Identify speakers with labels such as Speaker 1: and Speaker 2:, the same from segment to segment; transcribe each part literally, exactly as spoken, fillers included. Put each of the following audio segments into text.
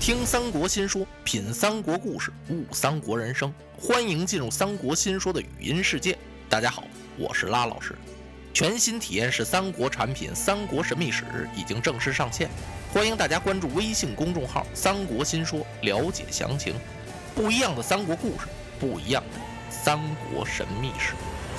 Speaker 1: 听三国新说，品三国故事，悟三国人生。欢迎进入三国新说的语音世界。大家好，我是拉老师。全新体验式三国产品《三国神秘史》已经正式上线，欢迎大家关注微信公众号“三国新说”了解详情。不一样的三国故事，不一样的三国神秘史。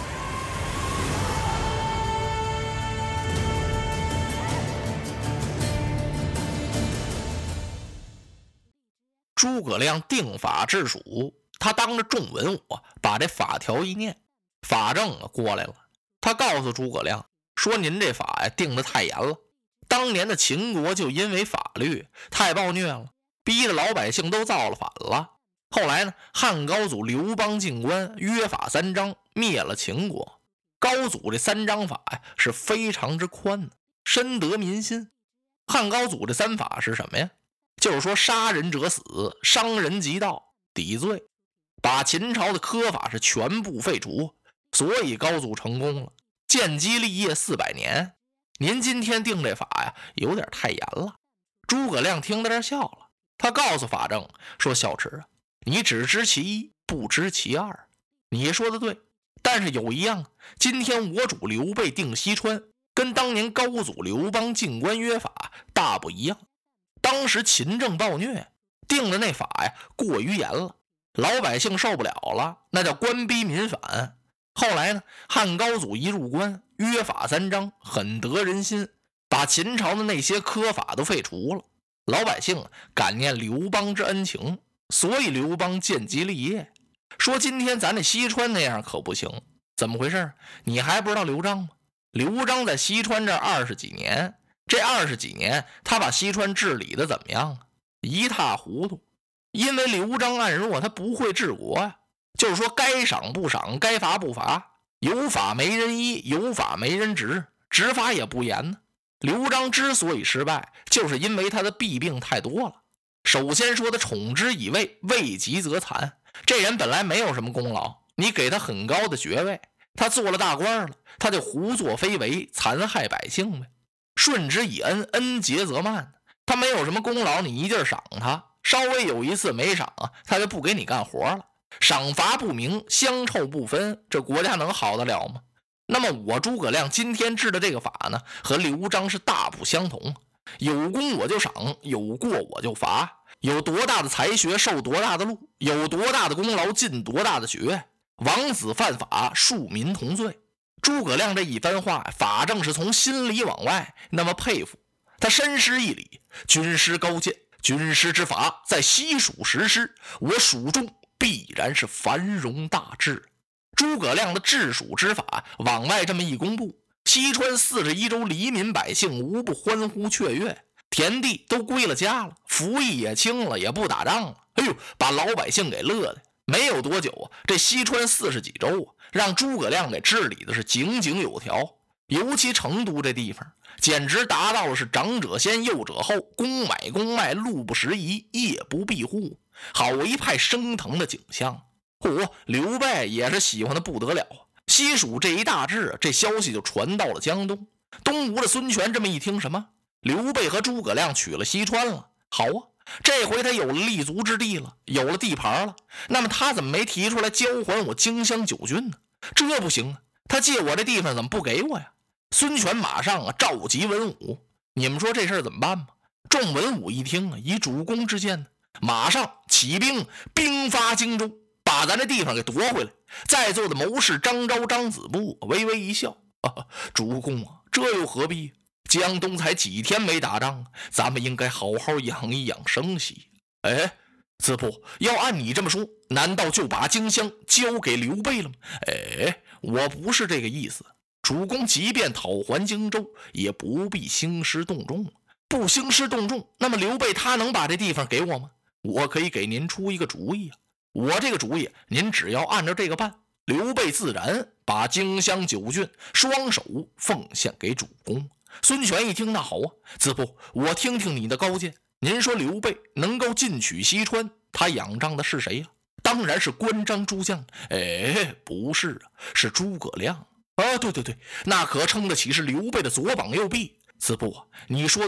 Speaker 1: 诸葛亮定法治蜀，他当着众文武把这法条一念，法正啊过来了。他告诉诸葛亮说：“您这法呀定得太严了，当年的秦国就因为法律太暴虐了，逼得老百姓都造了反了。后来呢，汉高祖刘邦进关，约法三章，灭了秦国。高祖这三章法呀是非常之宽的，深得民心。汉高祖这三法是什么呀？就是说杀人者死，伤人及盗，抵罪，把秦朝的苛法是全部废除，所以高祖成功了，建基立业四百年。您今天定这法呀，有点太严了。”诸葛亮听到这笑了，他告诉法正说：“小池啊，你只知其一，不知其二。你说的对，但是有一样，今天我主刘备定西川，跟当年高祖刘邦进关约法大不一样。当时秦政暴虐，定的那法呀过于严了，老百姓受不了了，那叫官逼民反。后来呢，汉高祖一入关，约法三章，很得人心，把秦朝的那些苛法都废除了。老百姓感念刘邦之恩情，所以刘邦建基立业。说今天咱这西川那样可不行，怎么回事？你还不知道刘璋吗？刘璋在西川这二十几年，这二十几年他把西川治理的怎么样啊？一塌糊涂。因为刘璋暗弱，他不会治国呀、啊。就是说该赏不赏，该罚不罚，有法没人依，有法没人执，执法也不严呢。刘璋之所以失败，就是因为他的弊病太多了。首先说他宠之以位，位极则残，这人本来没有什么功劳，你给他很高的爵位，他做了大官了，他就胡作非为，残害百姓呗。顺之以恩，恩结则慢，他没有什么功劳，你一劲儿赏他，稍微有一次没赏啊，他就不给你干活了。赏罚不明，香臭不分，这国家能好得了吗？那么我诸葛亮今天治的这个法呢，和刘璋是大不相同。有功我就赏，有过我就罚，有多大的才学受多大的禄，有多大的功劳尽多大的学。王子犯法，庶民同罪。诸葛亮这一番话，法正是从心里往外那么佩服。他深施一礼：“军师高见，军师之法在西蜀实施，我蜀中必然是繁荣大治。”诸葛亮的治蜀之法往外这么一公布，西川四十一州黎民百姓无不欢呼雀跃，田地都归了家了，服役也轻了，也不打仗了。哎呦，把老百姓给乐的。没有多久啊，这西川四十几州啊，让诸葛亮给治理的是井井有条。尤其成都这地方，简直达到了是长者先，幼者后，公买公卖，路不拾遗，夜不闭户，好一派升腾的景象。嚯，刘备也是喜欢的不得了。西蜀这一大治，这消息就传到了江东。东吴的孙权这么一听，什么？刘备和诸葛亮取了西川了。好啊，这回他有了立足之地了，有了地盘了。那么他怎么没提出来交还我荆襄九郡呢？这不行啊，他借我这地方怎么不给我呀？孙权马上啊召集文武，你们说这事儿怎么办吗？众文武一听啊，以主公之见，马上起兵，兵发荆州，把咱这地方给夺回来。在座的谋士张昭、张子布微微一笑：“啊，主公啊，这又何必？江东才几天没打仗，咱们应该好好养一养生息。”哎，子布，要按你这么说，难道就把荆襄交给刘备了吗？哎，我不是这个意思。主公即便讨还荆州，也不必兴师动众。不兴师动众，那么刘备他能把这地方给我吗？我可以给您出一个主意啊。我这个主意，您只要按照这个办，刘备自然把荆襄九郡双手奉献给主公。孙权一听，那好啊，子布，我听听你的高见。您说刘备能够进取西川，他仰仗的是谁呀、啊？当然是关张诸将。哎，不是啊，是诸葛亮啊！对对对，那可称得起是刘备的左膀右臂。子布啊，你说对了，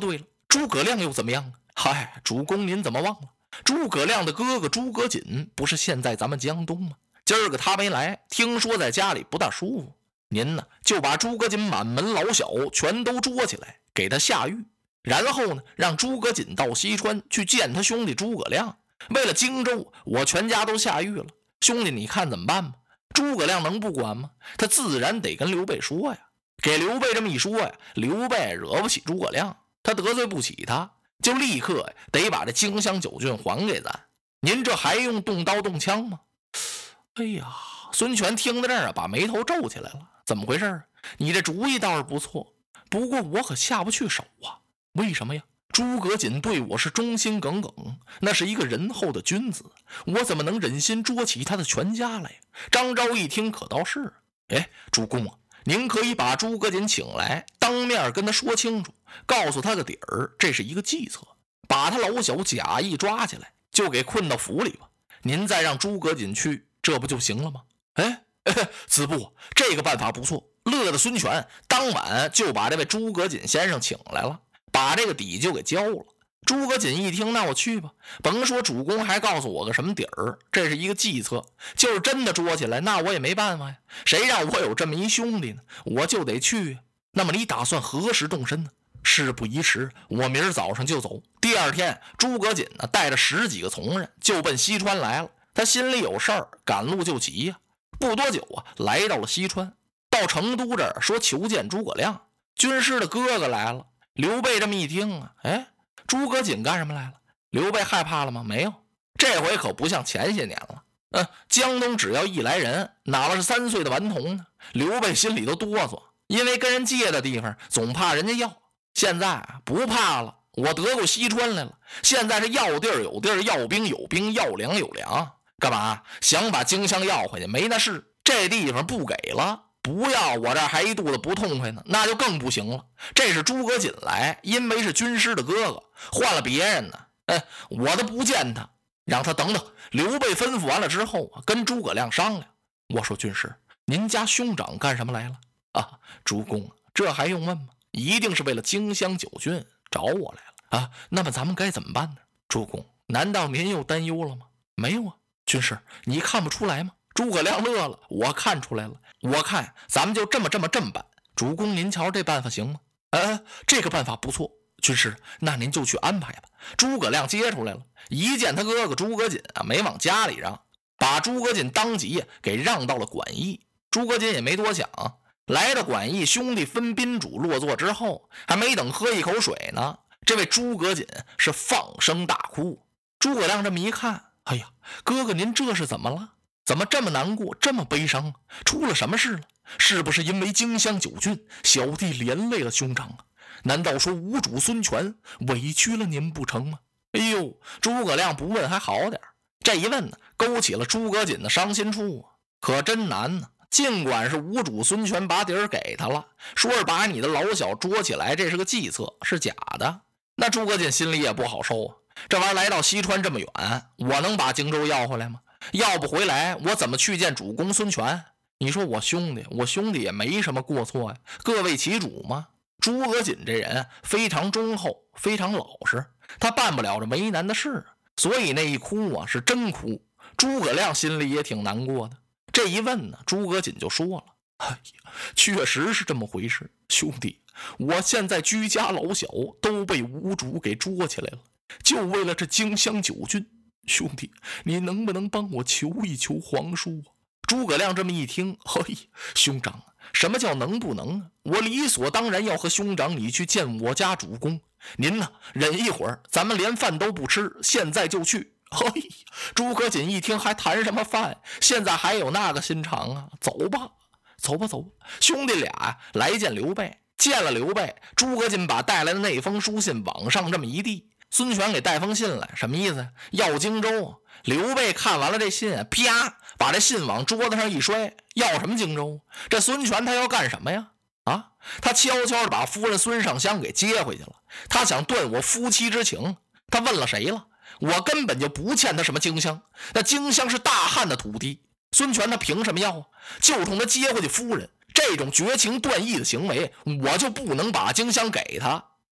Speaker 1: 诸葛亮又怎么样？嗨，主公您怎么忘了？诸葛亮的哥哥诸葛瑾不是现在咱们江东吗？今儿个他没来，听说在家里不大舒服，您呢就把诸葛瑾满门老小全都捉起来，给他下狱，然后呢让诸葛瑾到西川去见他兄弟诸葛亮。为了荆州，我全家都下狱了，兄弟你看怎么办吧？诸葛亮能不管吗？他自然得跟刘备说呀。给刘备这么一说呀，刘备惹不起诸葛亮，他得罪不起他，就立刻得把这荆襄九郡还给咱。您这还用动刀动枪吗？哎呀，孙权听到这儿啊，把眉头皱起来了。怎么回事？你这主意倒是不错，不过我可下不去手啊。为什么呀？诸葛瑾对我是忠心耿耿，那是一个仁厚的君子，我怎么能忍心捉起他的全家来？张昭一听可倒是，哎，主公啊，您可以把诸葛瑾请来，当面跟他说清楚，告诉他个底儿，这是一个计策，把他老小假意抓起来，就给困到府里吧。您再让诸葛瑾去，这不就行了吗？哎，哎子布，这个办法不错。乐的孙权当晚就把这位诸葛瑾先生请来了，把这个底就给交了。诸葛瑾一听，那我去吧，甭说主公还告诉我个什么底儿，这是一个计策，就是真的捉起来，那我也没办法呀。谁让我有这么一兄弟呢？我就得去。那么你打算何时动身呢？事不宜迟，我明儿早上就走。第二天，诸葛瑾呢带着十几个从人就奔西川来了。他心里有事儿，赶路就急呀。不多久啊，来到了西川，到成都这儿说求见诸葛亮，军师的哥哥来了。刘备这么一听啊，哎，诸葛瑾干什么来了？刘备害怕了吗？没有，这回可不像前些年了。嗯，江东只要一来人，哪怕是三岁的顽童呢，刘备心里都哆嗦，因为跟人借的地方总怕人家要。现在啊，不怕了，我得过西川来了，现在是要地儿有地儿，要兵有兵，要粮有粮。干嘛想把荆襄要回去？没那事，这地方不给了，不要我这还一肚子不痛快呢，那就更不行了。这是诸葛瑾来，因为是军师的哥哥，换了别人呢，哎，我都不见他，让他等等。刘备吩咐完了之后啊，跟诸葛亮商量。我说军师，您家兄长干什么来了？啊，主公，这还用问吗？一定是为了荆襄九郡找我来了啊。那么咱们该怎么办呢？主公，难道您又担忧了吗？没有啊。军师，你看不出来吗？诸葛亮乐了，我看出来了。我看咱们就这么这么这么办。主公您瞧这办法行吗？呃，这个办法不错。军师，那您就去安排吧。诸葛亮接出来了，一见他哥哥诸葛瑾啊，没往家里让，把诸葛瑾当即给让到了馆驿。诸葛瑾也没多想，来到馆驿，兄弟分宾主落座之后，还没等喝一口水呢，这位诸葛瑾是放声大哭。诸葛亮这么一看，哎呀，哥哥您这是怎么了？怎么这么难过，这么悲伤？出了什么事了？是不是因为荆襄九郡，小弟连累了兄长啊？难道说吴主孙权委屈了您不成吗？哎呦，诸葛亮不问还好点，这一问呢，勾起了诸葛瑾的伤心处啊。可真难呢，尽管是吴主孙权把底儿给他了，说是把你的老小捉起来，这是个计策，是假的，那诸葛瑾心里也不好受啊。这玩意儿来到西川这么远，我能把荆州要回来吗？要不回来，我怎么去见主公孙权？你说我兄弟，我兄弟也没什么过错呀，各为其主嘛。诸葛瑾这人非常忠厚，非常老实，他办不了这为难的事，所以那一哭啊是真哭。诸葛亮心里也挺难过的。这一问呢，诸葛瑾就说了：“哎呀，确实是这么回事，兄弟，我现在居家老小都被吴主给捉起来了。就为了这荆襄九郡，兄弟，你能不能帮我求一求皇叔啊？”诸葛亮这么一听，嘿，兄长，什么叫能不能啊？我理所当然要和兄长你去见我家主公。您呢，忍一会儿，咱们连饭都不吃，现在就去。嘿，诸葛瑾一听，还谈什么饭？现在还有那个心肠啊？走吧，走吧，走吧。兄弟俩来见刘备，见了刘备，诸葛瑾把带来的那封书信往上这么一递。孙权给带封信来，什么意思？要荆州啊！刘备看完了这信，啪，把这信往桌子上一摔，要什么荆州？这孙权他要干什么呀？啊，他悄悄的把夫人孙尚香给接回去了，他想断我夫妻之情。他问了谁了？我根本就不欠他什么荆襄，那荆襄是大汉的土地，孙权他凭什么要啊？就冲他接回去夫人，这种绝情断义的行为，我就不能把荆襄给他。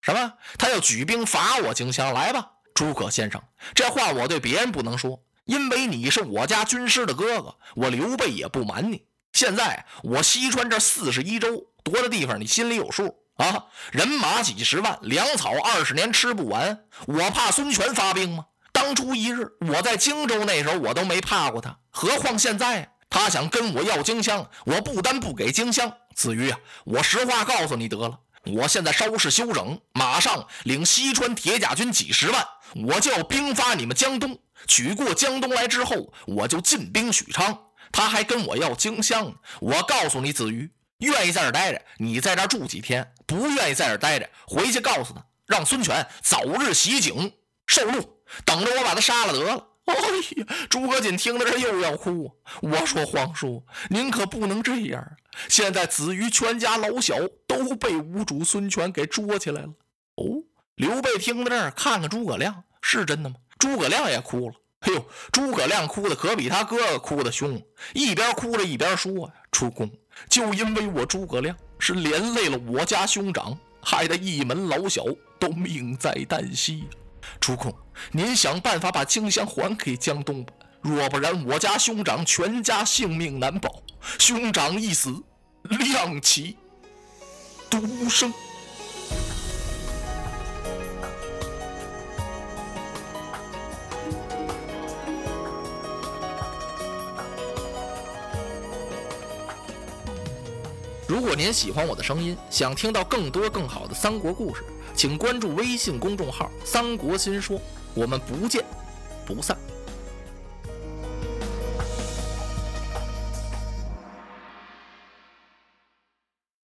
Speaker 1: 什么？他要举兵伐我荆襄？来吧，诸葛先生，这话我对别人不能说，因为你是我家军师的哥哥，我刘备也不瞒你。现在我西川这四十一州多的地方，你心里有数啊！人马几十万，粮草二十年吃不完，我怕孙权发兵吗？当初一日我在荆州那时候我都没怕过他，何况现在他想跟我要荆襄，我不单不给荆襄。子瑜啊，我实话告诉你得了，我现在稍事休整，马上领西川铁甲军几十万，我就要兵发你们江东。取过江东来之后，我就进兵许昌。他还跟我要荆襄，我告诉你子瑜，愿意在这儿待着，你在这儿住几天；不愿意在这儿待着，回去告诉他，让孙权早日袭警受禄，等着我把他杀了得了。哎呀，诸葛瑾听到这又要哭。我说皇叔，您可不能这样，现在子瑜全家老小都被吴主孙权给捉起来了。哦，刘备听到这儿，看看诸葛亮，是真的吗？诸葛亮也哭了。哎呦，诸葛亮哭的可比他哥哥哭的凶，一边哭着一边说：“主公，就因为我诸葛亮是连累了我家兄长，害得一门老小都命在旦夕。主公，您想办法把荆襄还给江东吧，若不然我家兄长全家性命难保。兄长一死，亮起独生。”如果您喜欢我的声音，想听到更多更好的三国故事，请关注微信公众号“三国新说”，我们不见不散。